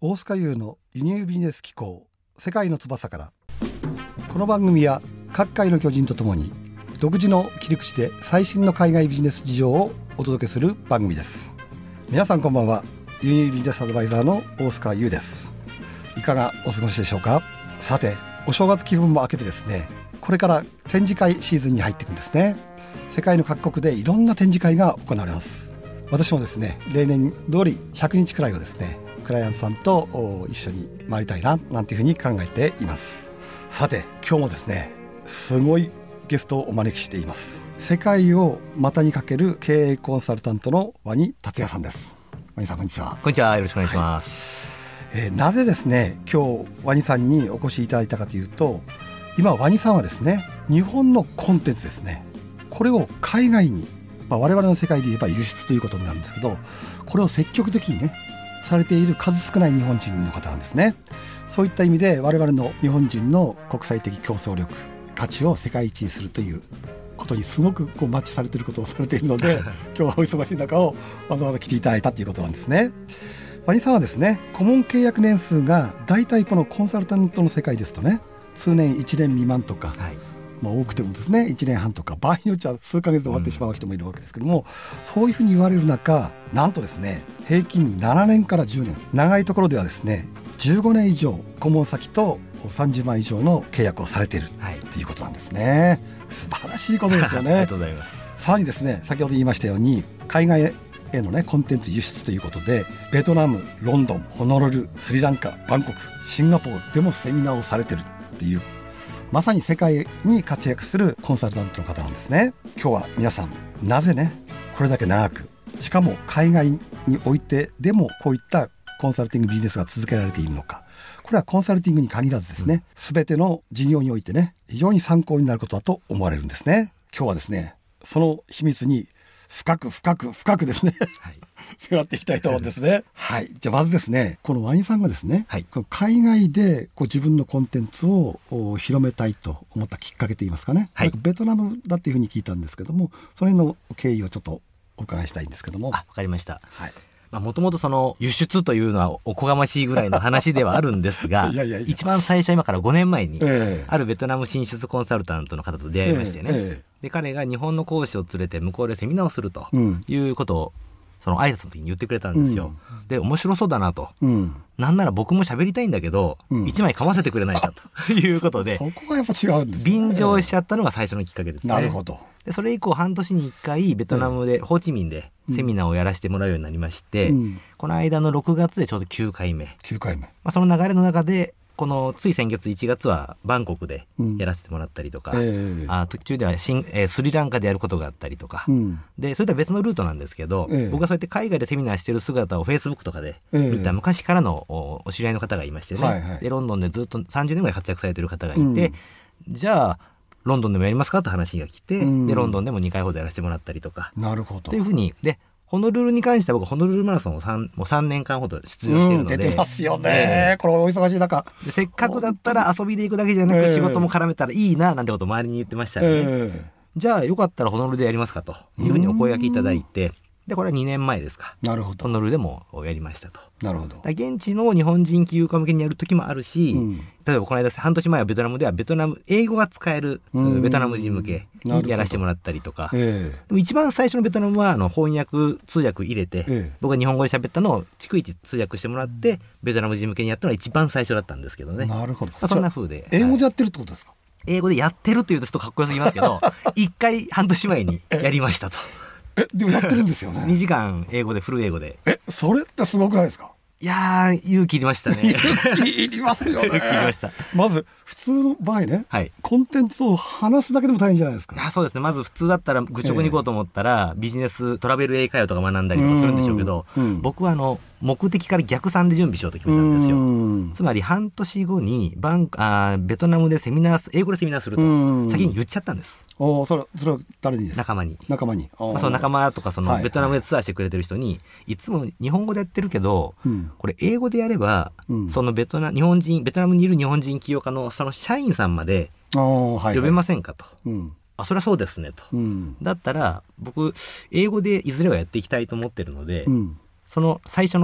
大須賀優の輸入ビジネス機構世界の翼から。この番組は各界の巨人とともに独自の切り口で最新の海外ビジネス事情をお届けする番組です。皆さんこんばんは。輸入ビジネスアドバイザーの大須賀優です。いかがお過ごしでしょうか。さて、お正月気分も明けてですね、これから展示会シーズンに入っていくんですね。世界の各国でいろんな展示会が行われます。私もですね、例年通り100日くらいをですね、クライアントさんと一緒に回りたいななんていうふうに考えています。さて、今日もですね、すごいゲストをお招きしています。世界を股にかける経営コンサルタントのワニ達也さんです。ワニさん、こんにちは。 こんにちは、よろしくお願いします。 なぜですね、今日ワニさんにお越しいただいたかというと、今ワニさんはですね、日本のコンテンツですね、これを海外に、我々の世界で言えば輸出ということになるんですけど、これを積極的にねされている数少ない日本人の方なんですね。そういった意味で我々の日本人の国際的競争力、価値を世界一にするということにすごくマッチされていることをされているので今日はお忙しい中をわざわざ来ていただいたということなんですね。ワニさんはですね、顧問契約年数がだいたいこのコンサルタントの世界ですとね、数年、1年未満とか、多くてもですね1年半とか、場合によっては数ヶ月で終わってしまう人もいるわけですけども、そういうふうに言われる中、なんとですね、平均7年から10年、長いところではですね15年以上顧問先と30万以上の契約をされているということなんですね。素晴らしいことですよね。 ありがとうございます。 さらにですね、先ほど言いましたように海外へのねコンテンツ輸出ということで、ベトナム、ロンドン、ホノルル、スリランカ、バンコク、シンガポールでもセミナーをされているという、まさに世界に活躍するコンサルタントの方なんですね。今日は皆さん、なぜねこれだけ長く、しかも海外においてでもこういったコンサルティングビジネスが続けられているのか。これはコンサルティングに限らずですね、全ての事業においてね、非常に参考になることだと思われるんですね。今日はですね、その秘密に深くですね、迫っていきたいと思うんですね。はい、じゃあまずですね、このワニさんがですね、この海外で自分のコンテンツを広めたいと思ったきっかけといいますかね、ベトナムだっていうふうに聞いたんですけども、その辺の経緯をちょっとお伺いしたいんですけども。 わかりました。もともとその輸出というのはおこがましいぐらいの話ではあるんですが一番最初は今から5年前にあるベトナム進出コンサルタントの方と出会いましてね、で彼が日本の講師を連れて向こうでセミナーをするということをその挨拶の時に言ってくれたんですよ。で、面白そうだなと、なんなら僕も喋りたいんだけど、1枚噛ませてくれないかということで、 そこがやっぱ違うんですね。 便乗しちゃったのが最初のきっかけですね。 なるほど。でそれ以降半年に1回ベトナムで、ホーチミンでセミナーをやらせてもらうようになりまして、この間の6月でちょうど9回目、その流れの中でこのつい先月1月はバンコクでやらせてもらったりとか、途中ではスリランカでやることがあったりとか、でそれとは別のルートなんですけど、僕がそうやって海外でセミナーしてる姿をフェイスブックとかで見た昔からのお知り合いの方がいましてね、でロンドンでずっと30年ぐらい活躍されてる方がいて、じゃあロンドンでもやりますかって話が来て、でロンドンでも2回ほどやらせてもらったりとか、 なるほどというふうに、でホノルルに関しては僕ホノルルマラソンをもう3年間ほど出場しているので、 出てますよね、これお忙しい中でせっかくだったら遊びで行くだけじゃなく仕事も絡めたらいいななんてことを周りに言ってましたので、じゃあよかったらホノルルでやりますかというふうにお声掛けいただいて、でこれは2年前ですか。 なるほど。 ホノルルでもやりましたと。 なるほど。 現地の日本人起業家向けにやる時もあるし、例えばこの間半年前はベトナムでは英語が使えるベトナム人向けにやらせてもらったりとか、でも一番最初のベトナムは翻訳通訳入れて、僕が日本語で喋ったのを逐一通訳してもらって、ベトナム人向けにやったのが一番最初だったんですけどね。 なるほど。 そんな風で英語でやってるってことですか。 英語でやってるっていうとちょっとかっこよすぎますけど一回半年前にやりましたと。 でもやってるんですよね。 2時間英語でフル英語で。 それってすごくないですか。 いやー、勇気いりましたね。 勇気いりますよね。 勇気いりました。 まず普通の場合ね、コンテンツを話すだけでも大変じゃないですか。 そうですね。まず普通だったら愚直に行こうと思ったら、ビジネストラベル英会話とか学んだりとかするんでしょうけど、僕は目的から逆算で準備しようと決めたんですよ。つまり半年後にベトナムで英語でセミナーすると先に言っちゃったんです。 それは誰にですか。 仲間に。 その仲間とかベトナムでツアーしてくれてる人に、いつも日本語でやってるけど、これ英語でやれば、そのベトナムにいる日本人起業家のその社員さんまで呼べませんかと。それはそうですねと。だったら僕英語でいずれはやっていきたいと思ってるので、その最初の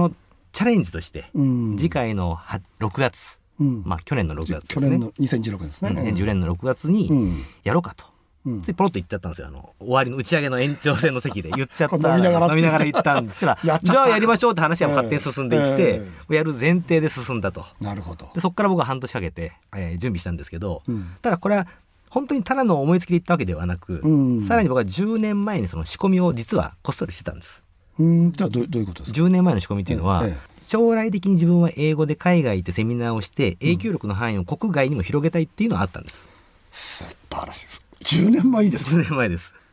チャレンジとして、次回の6月、去年の6月ですね。 去年の2016年ですね。 2010年の6月にやろうかと。ついポロッと言っちゃったんですよ。終わりの打ち上げの延長戦の席で言っちゃった飲みながら言ったんですがじゃあやりましょうって話は勝手に進んでいって、やる前提で進んだと。 なるほど。 でそこから僕は半年かけて、準備したんですけど、ただこれは本当にただの思いつきで言ったわけではなく、さらに僕は10年前にその仕込みを実はこっそりしてたんです。 じゃあどういうことですか。 10年前の仕込みというのは、将来的に自分は英語で海外行ってセミナーをして影響力の範囲を国外にも広げたいっていうのがあったんです。 素晴らしいです。10年前です。 10年前です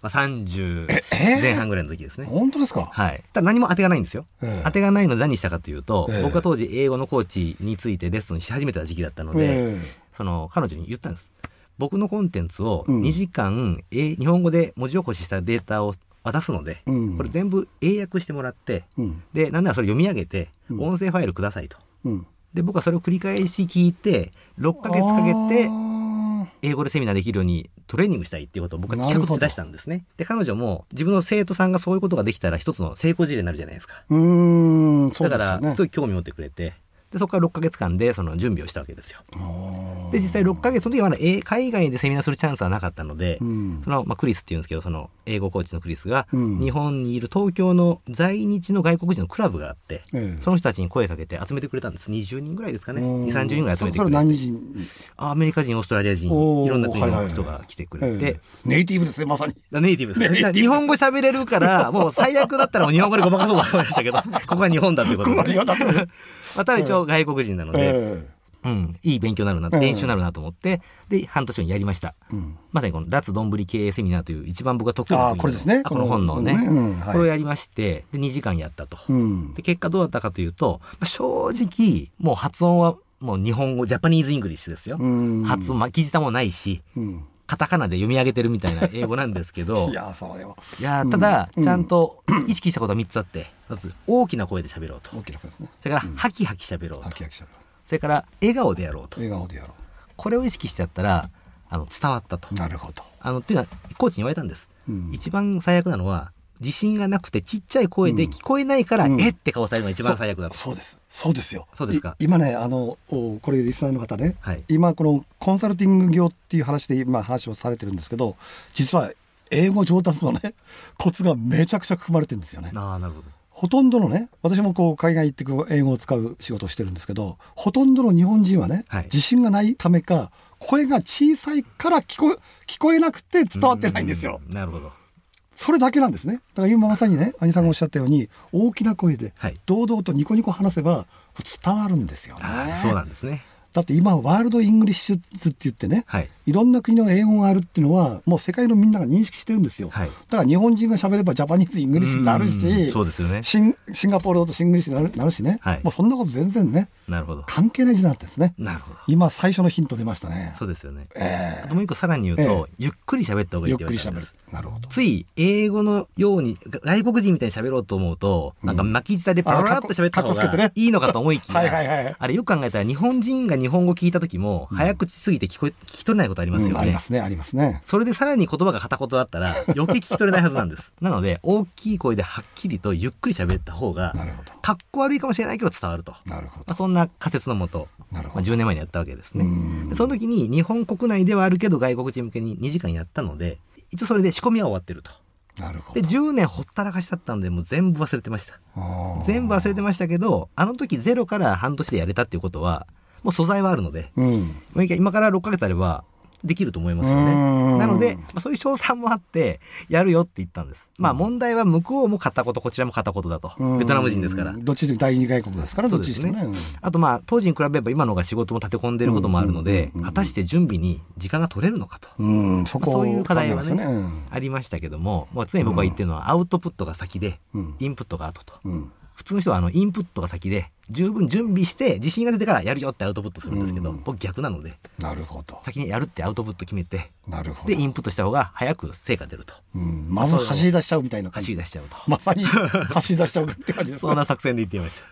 。30前半ぐらいの時ですね。 本当ですか。 はい。ただ何も当てがないんですよ。当てがないので何したかというと、僕は当時英語のコーチについてレッスンし始めた時期だったので、その彼女に言ったんです。僕のコンテンツを2時間、日本語で文字起こししたデータを渡すので、これ全部英訳してもらって、でなんならそれ読み上げて音声ファイルくださいと。で僕はそれを繰り返し聞いて6ヶ月かけて英語でセミナーできるようにトレーニングしたいっていうことを僕は企画して出したんですね。で彼女も自分の生徒さんがそういうことができたら一つの成功事例になるじゃないですか。だからすごい興味持ってくれて、でそこから6ヶ月間でその準備をしたわけですよ。で実際6ヶ月その時はまだ海外でセミナーするチャンスはなかったので、そのクリスっていうんですけど、その英語コーチのクリスが日本にいる東京の在日の外国人のクラブがあって、その人たちに声かけて集めてくれたんです。20人ぐらいですかね。2、30人ぐらい集めてくれて。それ何人？アメリカ人、オーストラリア人、いろんな国の人が来てくれて、 ネイティブですね。まさにネイティブですね。日本語喋れるからもう最悪だったらもう日本語でごまかそうと思いましたけどここは日本だということで、ただ一応外国人なので、いい勉強になるな、練習になるなと思って、で半年後にやりました。まさにこの脱どんぶり経営セミナーという一番僕が得意なこれですね。 この本のね、これをやりまして、で2時間やったと。で結果どうだったかというと、正直もう発音はもう日本語ジャパニーズイングリッシュですよ。発音巻き舌もないし、カタカナで読み上げてるみたいな英語なんですけどいやただちゃんと意識したことは3つあって、まず大きな声で喋ろうと、それからハキハキ喋ろうと、それから笑顔でやろうと。これを意識してやったら伝わったと。 なるほど。 っていうのはコーチに言われたんです。一番最悪なのは自信がなくてちっちゃい声で聞こえないから、って顔されるのが一番最悪だと。 そうですよ。 そうですか。 今ねこれリスナーの方ね、今このコンサルティング業っていう話で今話をされてるんですけど、実は英語上達のねコツがめちゃくちゃ含まれてるんですよね。 なるほど。 ほとんどのね、私も海外行って英語を使う仕事をしてるんですけど、ほとんどの日本人はね、自信がないためか声が小さいから聞こえなくて伝わってないんですよ。 なるほど。 それだけなんですね。だから今まさにね、兄さんがおっしゃったように大きな声で堂々とニコニコ話せば伝わるんですよね。 そうなんですね。 だって今ワールドイングリッシュズって言ってね、いろんな国の英語があるっていうのはもう世界のみんなが認識してるんですよ。だから日本人が喋ればジャパニーズイングリッシュになるし、 そうですよね。 シンガポールだとシングリッシュになるしね、もうそんなこと全然ね、関係ない時代になってですね。今最初のヒント出ましたね。 そうですよね。あともう一個さらに言うと、ゆっくり喋った方がいいって言われたんです。 なるほど。 つい英語のように外国人みたいに喋ろうと思うと、なんか巻き舌でパラパラっと喋った方がいいのかと思いきや、あれよく考えたら日本人が日本語聞いた時も早口すぎて聞き取れないことありますよね。 ありますね。 それでさらに言葉が片言だったら余計聞き取れないはずなんです。なので大きい声ではっきりとゆっくり喋った方がかっこ悪いかもしれないけど伝わると。そんな仮説のもと、10年前にやったわけですね。その時に日本国内ではあるけど外国人向けに2時間やったので、一応それで仕込みは終わってると。で10年ほったらかしだったのでもう全部忘れてました。全部忘れてましたけど、あの時ゼロから半年でやれたっていうことはもう素材はあるので、今から6ヶ月あればできると思いますよね。なので、そういう賞賛もあってやるよって言ったんです。問題は向こうも片言こちらも片言だと。ベトナム人ですから、 どっちで第二外国ですから、どっちですね。 あと当時に比べれば今のが仕事も立て込んでいることもあるので、果たして準備に時間が取れるのかと、そういう課題はねありましたけども、常に僕が言ってるのはアウトプットが先でインプットが後と。普通の人はインプットが先で十分準備して自信が出てからやるよってアウトプットするんですけど、僕逆なので、先にやるってアウトプット決めて、でインプットした方が早く成果出ると。 まず走り出しちゃうみたいな感じ。 走り出しちゃうと。 まさに走り出しちゃうって感じです。 そんな作戦で言っていました。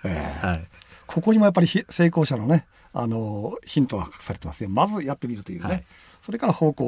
ここにもやっぱり成功者のねヒントが隠されてますよ。まずやってみるというね、それから方向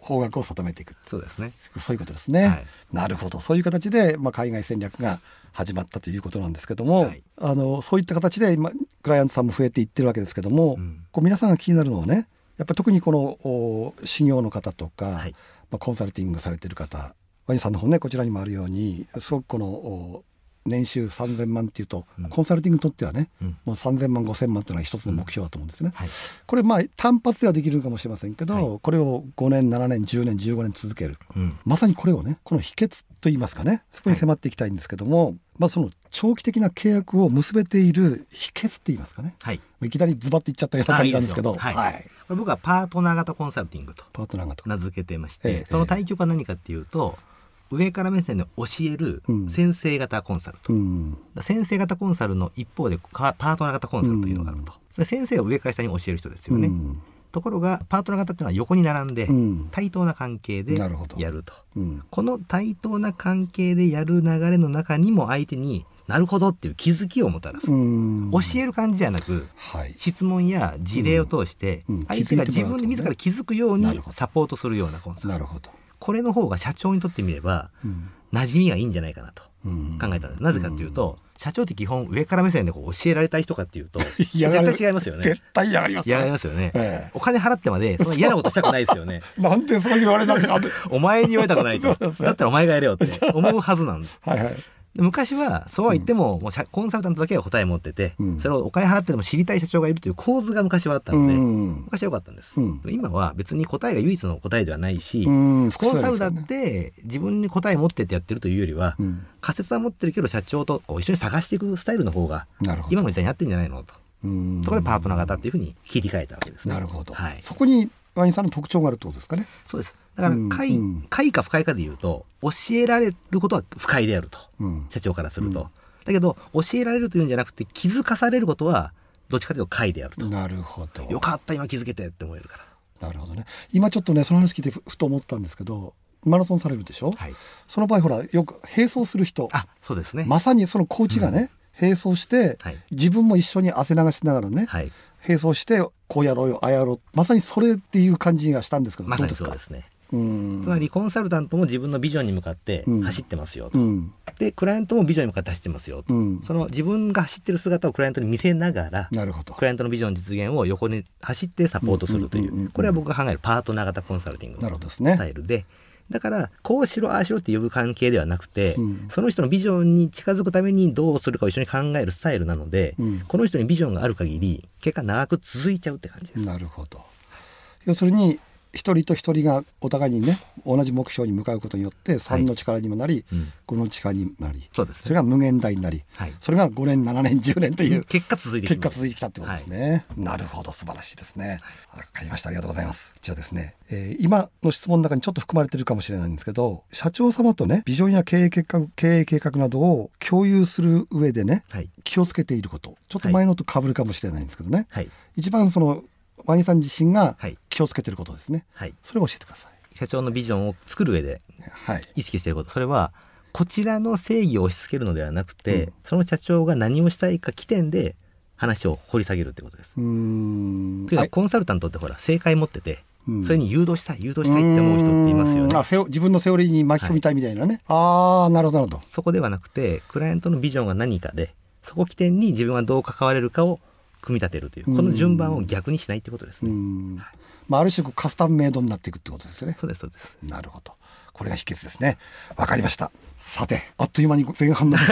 方角を定めていく。 そうですね。 そういうことですね、はい、なるほど。そういう形で、海外戦略が始まったということなんですけども、はい、そういった形で今クライアントさんも増えていってるわけですけども、皆さんが気になるのはね、やっぱり特にこの修行の方とか、はい、コンサルティングされている方、ワニさんの方ね、こちらにもあるように、すごくこの年収3000万っていうと、コンサルティングにとってはね、もう3000万5000万というのが一つの目標だと思うんですね、はい、これ単発ではできるかもしれませんけど、はい、これを5年7年10年15年続ける、まさにこれをね、この秘訣といいますかね、そこに迫っていきたいんですけども、その長期的な契約を結べている秘訣って言いますかね、はい、いきなりズバッといっちゃったような感じなんですけど、はいはい、 これ僕はパートナー型コンサルティングと名付けてまして、その対極は何かっていうと、上から目線で教える先生型コンサルと、先生型コンサルの一方でパートナー型コンサルというのがあると、それ先生を上から下に教える人ですよね、ところがパートナー型っていうのは横に並んで対等な関係でやると、この対等な関係でやる流れの中にも相手になるほどっていう気づきをもたらす、教える感じじゃなく、はい、質問や事例を通して相手が自分で自ら気づくようにサポートするようなコンサル。なるほど。これの方が社長にとってみれば、馴染みがいいんじゃないかなと考えたんです。なぜかというと、社長って基本上から目線で教えられたい人かっていうと絶対違いますよね。 絶対嫌がりますね。 嫌がりますよね、お金払ってまでその嫌なことしたくないですよねなんでそう言われなきゃお前に言われたくないとだったらお前がやれよって思うはずなんですはい、はい、昔はそうは言っても、もうコンサルタントだけが答え持ってて、それをお金払ってでも知りたい社長がいるという構図が昔はあったので、昔は良かったんです、今は別に答えが唯一の答えではないし、コンサルだって自分に答え持ってってやってるというよりは、仮説は持ってるけど社長と一緒に探していくスタイルの方が今の時代に合ってるんじゃないのと、そこでパートナー型っていうふうに切り替えたわけですね。 なるほど、はい、そこにワニさんの特徴があるってことですかね。 そうです。だから快か不快かでいうと、教えられることは不快であると、社長からすると、だけど教えられるというんじゃなくて気づかされることはどっちかというと快であると。 なるほど。 よかった今気づけてって思えるから。 なるほどね。今ちょっとね、その話聞いてふと思ったんですけど、マラソンされるでしょ、はい、その場合ほらよく並走する人、 そうですね、 まさにそのコーチがね、並走して、はい、自分も一緒に汗流しながらね、はい、並走してこうやろうよああやろう、まさにそれっていう感じがしたんですけど、 まさにそうですね。つまりコンサルタントも自分のビジョンに向かって走ってますよと、でクライアントもビジョンに向かって走ってますよと、その自分が走ってる姿をクライアントに見せながら、クライアントのビジョン実現を横に走ってサポートするという、これは僕が考えるパートナー型コンサルティングのスタイルで、だからこうしろああしろって呼ぶ関係ではなくて、その人のビジョンに近づくためにどうするかを一緒に考えるスタイルなので、この人にビジョンがある限り結果長く続いちゃうって感じです。 なるほど。要するに一人と一人がお互いにね、同じ目標に向かうことによって3の力にもなり、5の力にもなり、それが無限大になり、それが5年7年10年という結果続いてきたってことですね、なるほど、素晴らしいですね。わかりました、ありがとうございます。じゃあですね、今の質問の中にちょっと含まれているかもしれないんですけど、社長様とね、ビジョンや経営計画などを共有する上でね、気をつけていること、ちょっと前のと被るかもしれないんですけどね、一番そのワニさん自身が気をつけていることですね、それを教えてください。 社長のビジョンを作る上で意識していること、それはこちらの正義を押し付けるのではなくて、その社長が何をしたいか起点で話を掘り下げるってことです。というのはコンサルタントってほら正解持ってて、それに誘導したいって思う人っていますよね。 自分のセオリーに巻き込みたいみたいなね、なるほどなるほど。 そこではなくて、クライアントのビジョンが何かで、そこを起点に自分はどう関われるかを組み立てるという、この順番を逆にしないってことですね。 ある種カスタムメイドになっていくってことですよね。 そうですそうです。 なるほど、これが秘訣ですね。わかりました。さて、あっという間に前半の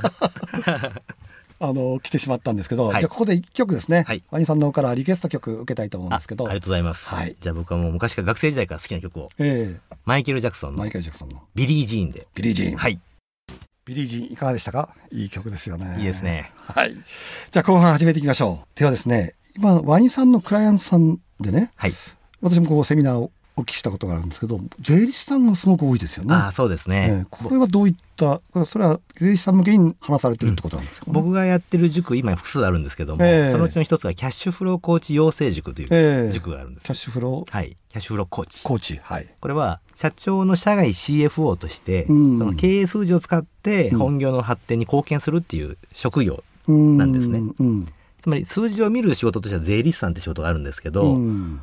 来てしまったんですけど、じゃあここで1曲ですね、ワニさんの方からリクエスト曲受けたいと思うんですけど。 ありがとうございます、じゃあ僕はもう昔から学生時代から好きな曲を、マイケル・ジャクソンのビリー・ジーンで。 ビリー・ジーン、はい、ビリー・ジーンいかがでしたか。いい曲ですよね。 いいですね。 はい。じゃあ後半始めていきましょう。ではですね、今ワニさんのクライアントさんでね、私もこうセミナーをお聞きしたことがあるんですけど、税理士さんがすごく多いですよね。 そうですね、 これはどういった、それは税理士さん向けに話されてるってことなんですかね。 僕がやってる塾、今複数あるんですけども、そのうちの一つがキャッシュフローコーチ養成塾という塾があるんです。 キャッシュフロー、 キャッシュフローコーチ、これは社長の社外 CFO として、その経営数字を使って本業の発展に貢献するっていう職業なんですね。つまり数字を見る仕事としては税理士さんって仕事があるんですけど、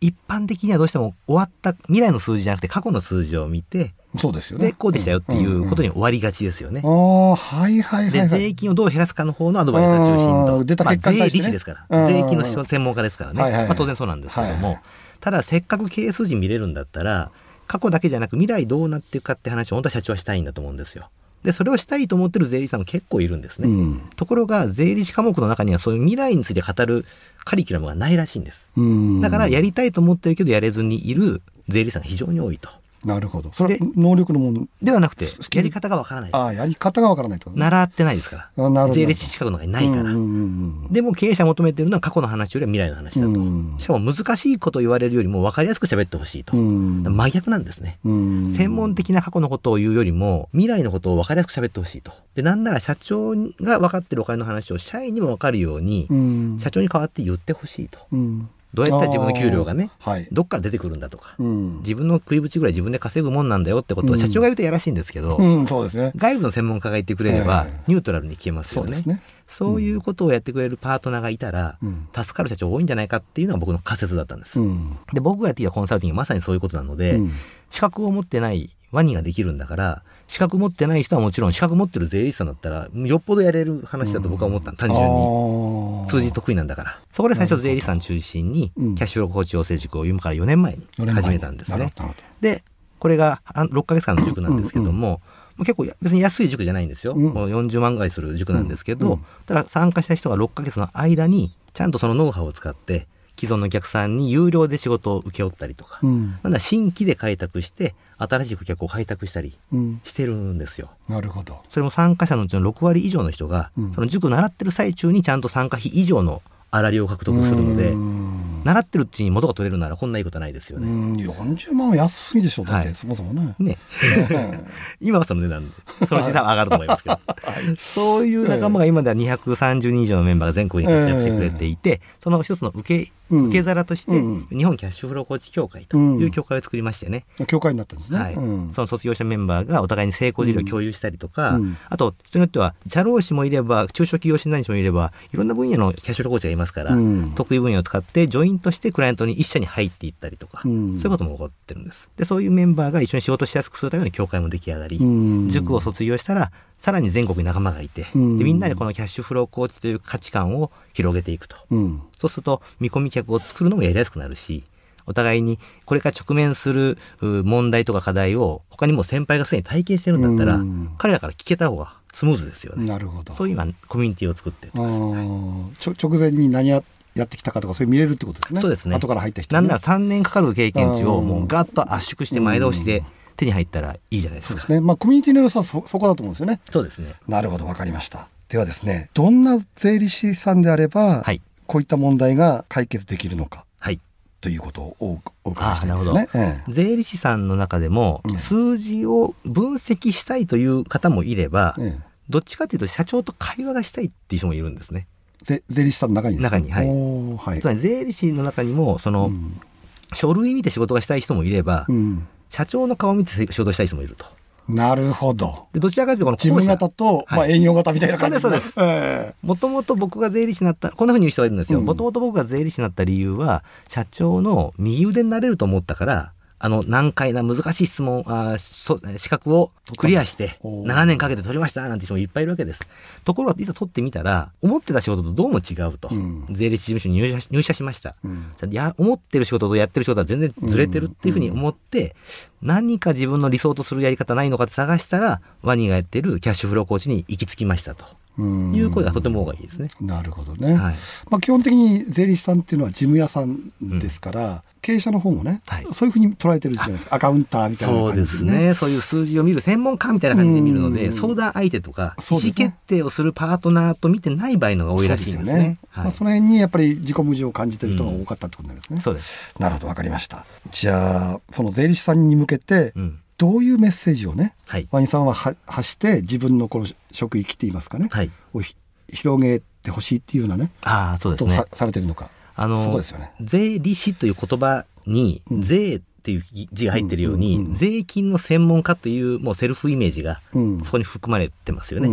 一般的にはどうしても終わった未来の数字じゃなくて過去の数字を見て、 そうですよね。 でこうでしたよっていうことに終わりがちですよね。で税金をどう減らすかの方のアドバイスが中心と、 出た結果に対してね、 税理士ですから、税金の専門家ですからね、当然そうなんですけども、ただせっかく経営数字見れるんだったら過去だけじゃなく未来どうなっていくかって話を本当は社長はしたいんだと思うんですよ。でそれをしたいと思ってる税理士さんも結構いるんですね、ところが税理士科目の中にはそういう未来について語るカリキュラムがないらしいんです。だからやりたいと思ってるけどやれずにいる税理士さんが非常に多いと。 なるほど。それは能力のものではなくてやり方がわからない。 やり方がわからないと、 習ってないですから。税理士資格の中にないから。でも経営者求めてるのは過去の話よりは未来の話だと。しかも難しいことを言われるよりも分かりやすく喋ってほしいと。真逆なんですね。専門的な過去のことを言うよりも未来のことを分かりやすく喋ってほしいと。でなんなら社長が分かってるお金の話を社員にも分かるように社長に代わって言ってほしいと。どうやったら自分の給料がね、どっから出てくるんだとか、自分の食いぶちぐらい自分で稼ぐもんなんだよってことを社長が言うとやらしいんですけど、 そうですね、 外部の専門家が言ってくれればニュートラルに聞けますよね。そういうことをやってくれるパートナーがいたら、助かる社長多いんじゃないかっていうのが僕の仮説だったんです。で僕がやってきたコンサルティングはまさにそういうことなので、資格を持ってないワニができるんだから、資格持ってない人はもちろん資格持ってる税理士さんだったらよっぽどやれる話だと僕は思った。単純に数字得意なんだから。そこで最初税理士さん中心にキャッシュフローコーチ養成塾を今から4年前に始めたんですね。でこれが6ヶ月間の塾なんですけども、結構別に安い塾じゃないんですよ。もう40万ぐらいする塾なんですけど、ただ参加した人が6ヶ月の間にちゃんとそのノウハウを使って既存のお客さんに有料で仕事を請け負ったりとか、なんだ新規で開拓して新しい顧客を開拓したりしてるんですよ。 なるほど。 それも参加者のうちの6割以上の人が、その塾習ってる最中にちゃんと参加費以上の粗利を獲得するので、習ってるうちに元が取れるならこんないいことないですよね。 40万は安すぎでしょう。だってそもそもね。 今はその値段そのうち上がると思いますけど、そういう仲間が今では230人以上のメンバーが全国に活躍してくれていて、その一つの受け皿として日本キャッシュフローコーチ協会という協会を作りましてね。 協会になったんですね。 その卒業したメンバーがお互いに成功事例を共有したりとか、あと人によっては社労士もいれば中小企業診断士もいればいろんな分野のキャッシュフローコーチがいますから、得意分野を使ってジョイントしてクライアントに一社に入っていったりとか、そういうことも起こってるんです。でそういうメンバーが一緒に仕事しやすくするための協会も出来上がり、塾を卒業したらさらに全国に仲間がいて、でみんなでこのキャッシュフローコーチという価値観を広げていくと、そうすると見込み客を作るのもやりやすくなるし、お互いにこれから直面する問題とか課題を他にも先輩がすでに体験してるんだったら、彼らから聞けた方がスムーズですよね。 なるほど。 そういう今コミュニティを作ってるんです。 直前に何やってきたかとかそういう見れるってことですね。 そうですね。 後から入った人、 なんなら3年かかる経験値をもうガッと圧縮して前倒しで手に入ったらいいじゃないですか。 そうですね。コミュニティの良さはそこだと思うんですよね。 そうですね。 なるほど、わかりました。ではですね、どんな税理士さんであれば、こういった問題が解決できるのか、ということをお伺いしたいですね。 税理士さんの中でも数字を分析したいという方もいれば、どっちかというと社長と会話がしたいっていう人もいるんですね。 税理士さんの中にですか？ つまり税理士の中にもその、書類見て仕事がしたい人もいれば、社長の顔を見て仕事したい人もいると。 なるほど。 でどちらかというとこの自分型と、営業型みたいな感じ。 そうです。もともと僕が税理士になったこんなふうに言う人がいるんですよ。もともと僕が税理士になった理由は社長の右腕になれると思ったから、難解な難しい質問資格をクリアして7年かけて取りましたなんて人もいっぱいいるわけです。ところがいざ取ってみたら思ってた仕事とどうも違うと、税理士事務所に入社しました、思ってる仕事とやってる仕事は全然ずれてるっていうふうに思って、何か自分の理想とするやり方ないのかって探したらワニがやってるキャッシュフローコーチに行き着きましたという声がとても多いですね。 なるほどね。基本的に税理士さんっていうのは事務屋さんですから、経営者の方もね、そういうふうに捉えてるじゃないですか。アカウンターみたいな感じで、 そうですね。そういう数字を見る専門家みたいな感じで見るので、相談相手とか意思決定をするパートナーと見てない場合のが多いらしいんですね。 その辺にやっぱり自己矛盾を感じてる人が多かったってことなんですね。 そうです。 なるほど、わかりました。じゃあその税理士さんに向けて、どういうメッセージをね、ワニさんは発して自分のこの職域って言いますかね、を広げてほしいっていうようなね、 そうですね。 ことをされてるのか。そこですよね。 税理士という言葉に税っていう字が入ってるように、税金の専門家というもうセルフイメージがそこに含まれてますよね。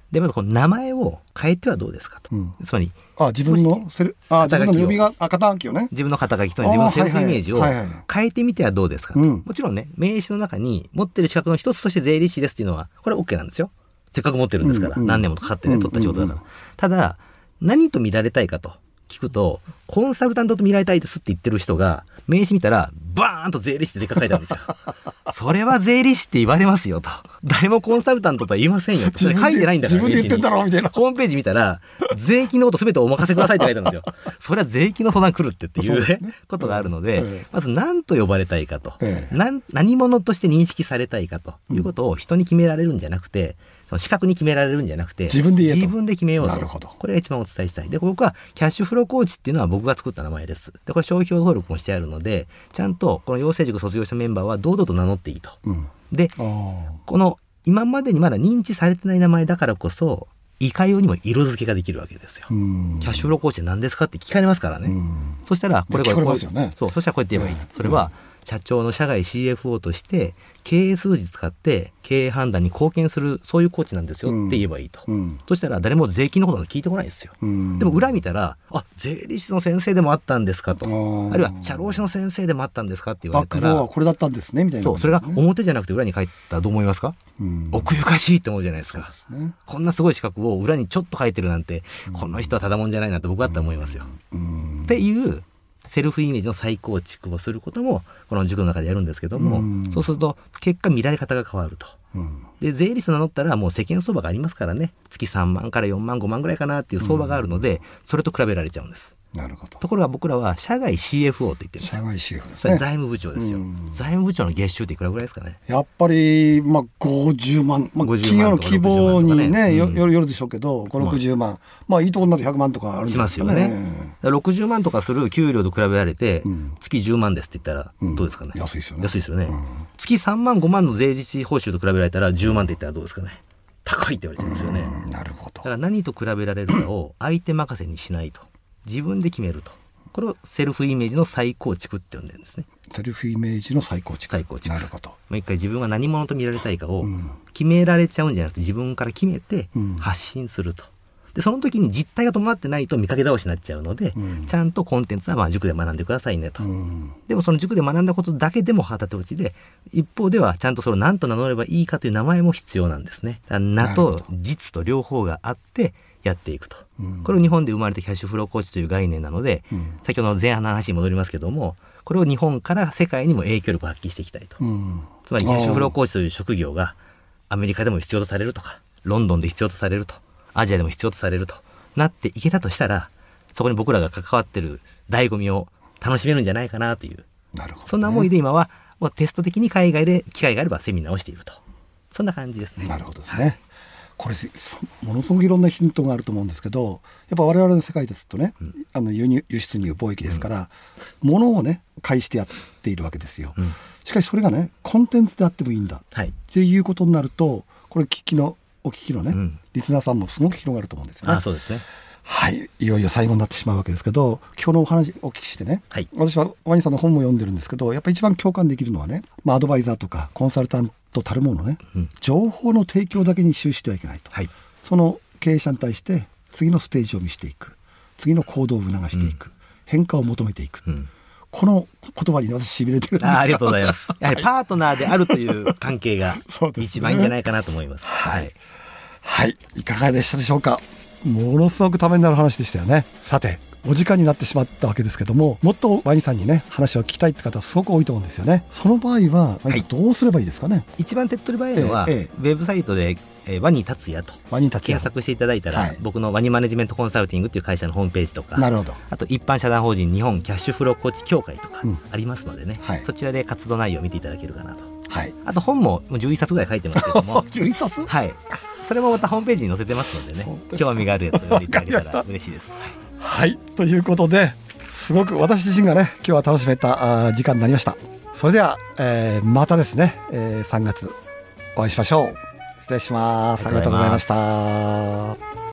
でまずこの名前を変えてはどうですかと、つまり自分の呼びが肩書きをね、 自分の肩書きと自分のセルフイメージを変えてみてはどうですかと、もちろんね名刺の中に持ってる資格の一つとして税理士ですっていうのはこれは OK なんですよ。せっかく持ってるんですから、何年もかかってね取った仕事だから。ただ何と見られたいかと聞くと、コンサルタントと見られたいですって言ってる人が名刺見たらバーンと税理士ってでっかく書いてあるんですよ。それは税理士って言われますよと。誰もコンサルタントとは言いませんよと。それ書いてないんだから。 自分で言ってんだろみたいな。 ホームページ見たら税金のことすべてお任せくださいって書いてあるんですよ。それは税金の相談来るっていう、ね、ことがあるので、まず何と呼ばれたいかと、何者として認識されたいかということを人に決められるんじゃなくて、その資格に決められるんじゃなくて自分で決めようと。なるほど。これが一番お伝えしたい。で僕はキャッシュフローコーチっていうのは僕が作った名前です。でこれ商標登録もしてあるので、ちゃんとこの養成塾卒業したメンバーは堂々と名乗っていいと、でこの今までにまだ認知されてない名前だからこそいかようにも色付けができるわけですよ。キャッシュフローコーチって何ですかって聞かれますからね。そしたらこれこう、ね、そしたらこうやって言えばいい。それは社長の社外 CFO として経営数字使って経営判断に貢献するそういうコーチなんですよって言えばいいと、そしたら誰も税金のことは聞いてこないですよ。でも裏見たら税理士の先生でもあったんですかと、あるいは社労士の先生でもあったんですかって言われたら、 バックボーンはこれだったんですねみたいな、 そうそれが表じゃなくて裏に書いたらどう思いますか？奥ゆかしいって思うじゃないですか。こんなすごい資格を裏にちょっと書いてるなんて、この人はただもんじゃないなって僕だったら思いますよ。っていうセルフイメージの再構築をすることもこの塾の中でやるんですけども、そうすると結果見られ方が変わると。で税理士を名乗ったらもう世間相場がありますからね、月3万から4万5万ぐらいかなっていう相場があるので、それと比べられちゃうんです。 なるほど。 ところが僕らは社外 CFO と言ってるんですよ。 社外 CFO ですね。 それ財務部長ですよ。財務部長の月収っていくらぐらいですかね。 やっぱり50万、企業の規模にねよるでしょうけど、5、60万、いいところになると100万とかあるんですよね。しますよね。60万とかする給料と比べられて、月10万ですって言ったらどうですかね。 安いですよね。 安いですよね。月3万5万の税理士報酬と比べられたら10万って言ったらどうですかね。高いって言われてるんですよね。 なるほど。 だから何と比べられるかを相手任せにしないと、自分で決めると。これをセルフイメージの再構築って呼んでるんですね。 セルフイメージの再構築。なるほど。 もう一回自分が何者と見られたいかを決められちゃうんじゃなくて、自分から決めて発信すると。でその時に実態が伴ってないと見かけ倒しになっちゃうので、ちゃんとコンテンツは塾で学んでくださいねと。でもその塾で学んだことだけでも旗と打ちで、一方ではちゃんとそれを何と名乗ればいいかという名前も必要なんですね。名と実と両方があってやっていくと、これを日本で生まれたキャッシュフローコーチという概念なので、先ほどの前半の話に戻りますけども、これを日本から世界にも影響力を発揮していきたいと、つまりキャッシュフローコーチという職業がアメリカでも必要とされるとか、ロンドンで必要とされると、アジアでも必要とされるとなっていけたとしたら、そこに僕らが関わってる醍醐味を楽しめるんじゃないかなという、そんな思いで今はもうテスト的に海外で機会があればセミナーをしていると、そんな感じですね。 なるほどですね。これものすごくいろんなヒントがあると思うんですけど、やっぱ我々の世界ですとね、輸出入貿易ですから、物をね介してやっているわけですよ。しかしそれがねコンテンツであってもいいんだ、っていうことになると、これお聞きのね、リスナーさんもすごく広がると思うんですよね。 そうですね。 はい、いよいよ最後になってしまうわけですけど、今日のお話お聞きしてね、私はワニさんの本も読んでるんですけど、やっぱり一番共感できるのはね、アドバイザーとかコンサルタントたるものね、情報の提供だけに終してはいけないと、その経営者に対して次のステージを見せていく、次の行動を促していく、変化を求めていく、この言葉に私痺れてるんです。 ありがとうございます。やはりパートナーであるという関係が一番いいんじゃないかなと思います。 はい、いかがでしたでしょうか。ものすごくためになる話でしたよね。さてお時間になってしまったわけですけども、もっとワニさんにね話を聞きたいって方すごく多いと思うんですよね。その場合はワニさんどうすればいいですかね。 一番手っ取り早いのは、ウェブサイトでワニ達也と検索していただいたら、僕のワニマネジメントコンサルティングという会社のホームページとか、あと一般社団法人日本キャッシュフローコーチ協会とかありますのでね、そちらで活動内容を見ていただけるかなと。あと本も11冊ぐらい書いてますけども 11冊それもまたホームページに載せてますのでね、興味があるやつを読んでいただけたら嬉しいです。 ということですごく私自身がね今日は楽しめた時間になりました。それでは、またですね、3月お会いしましょう。失礼します。ありがとうございました。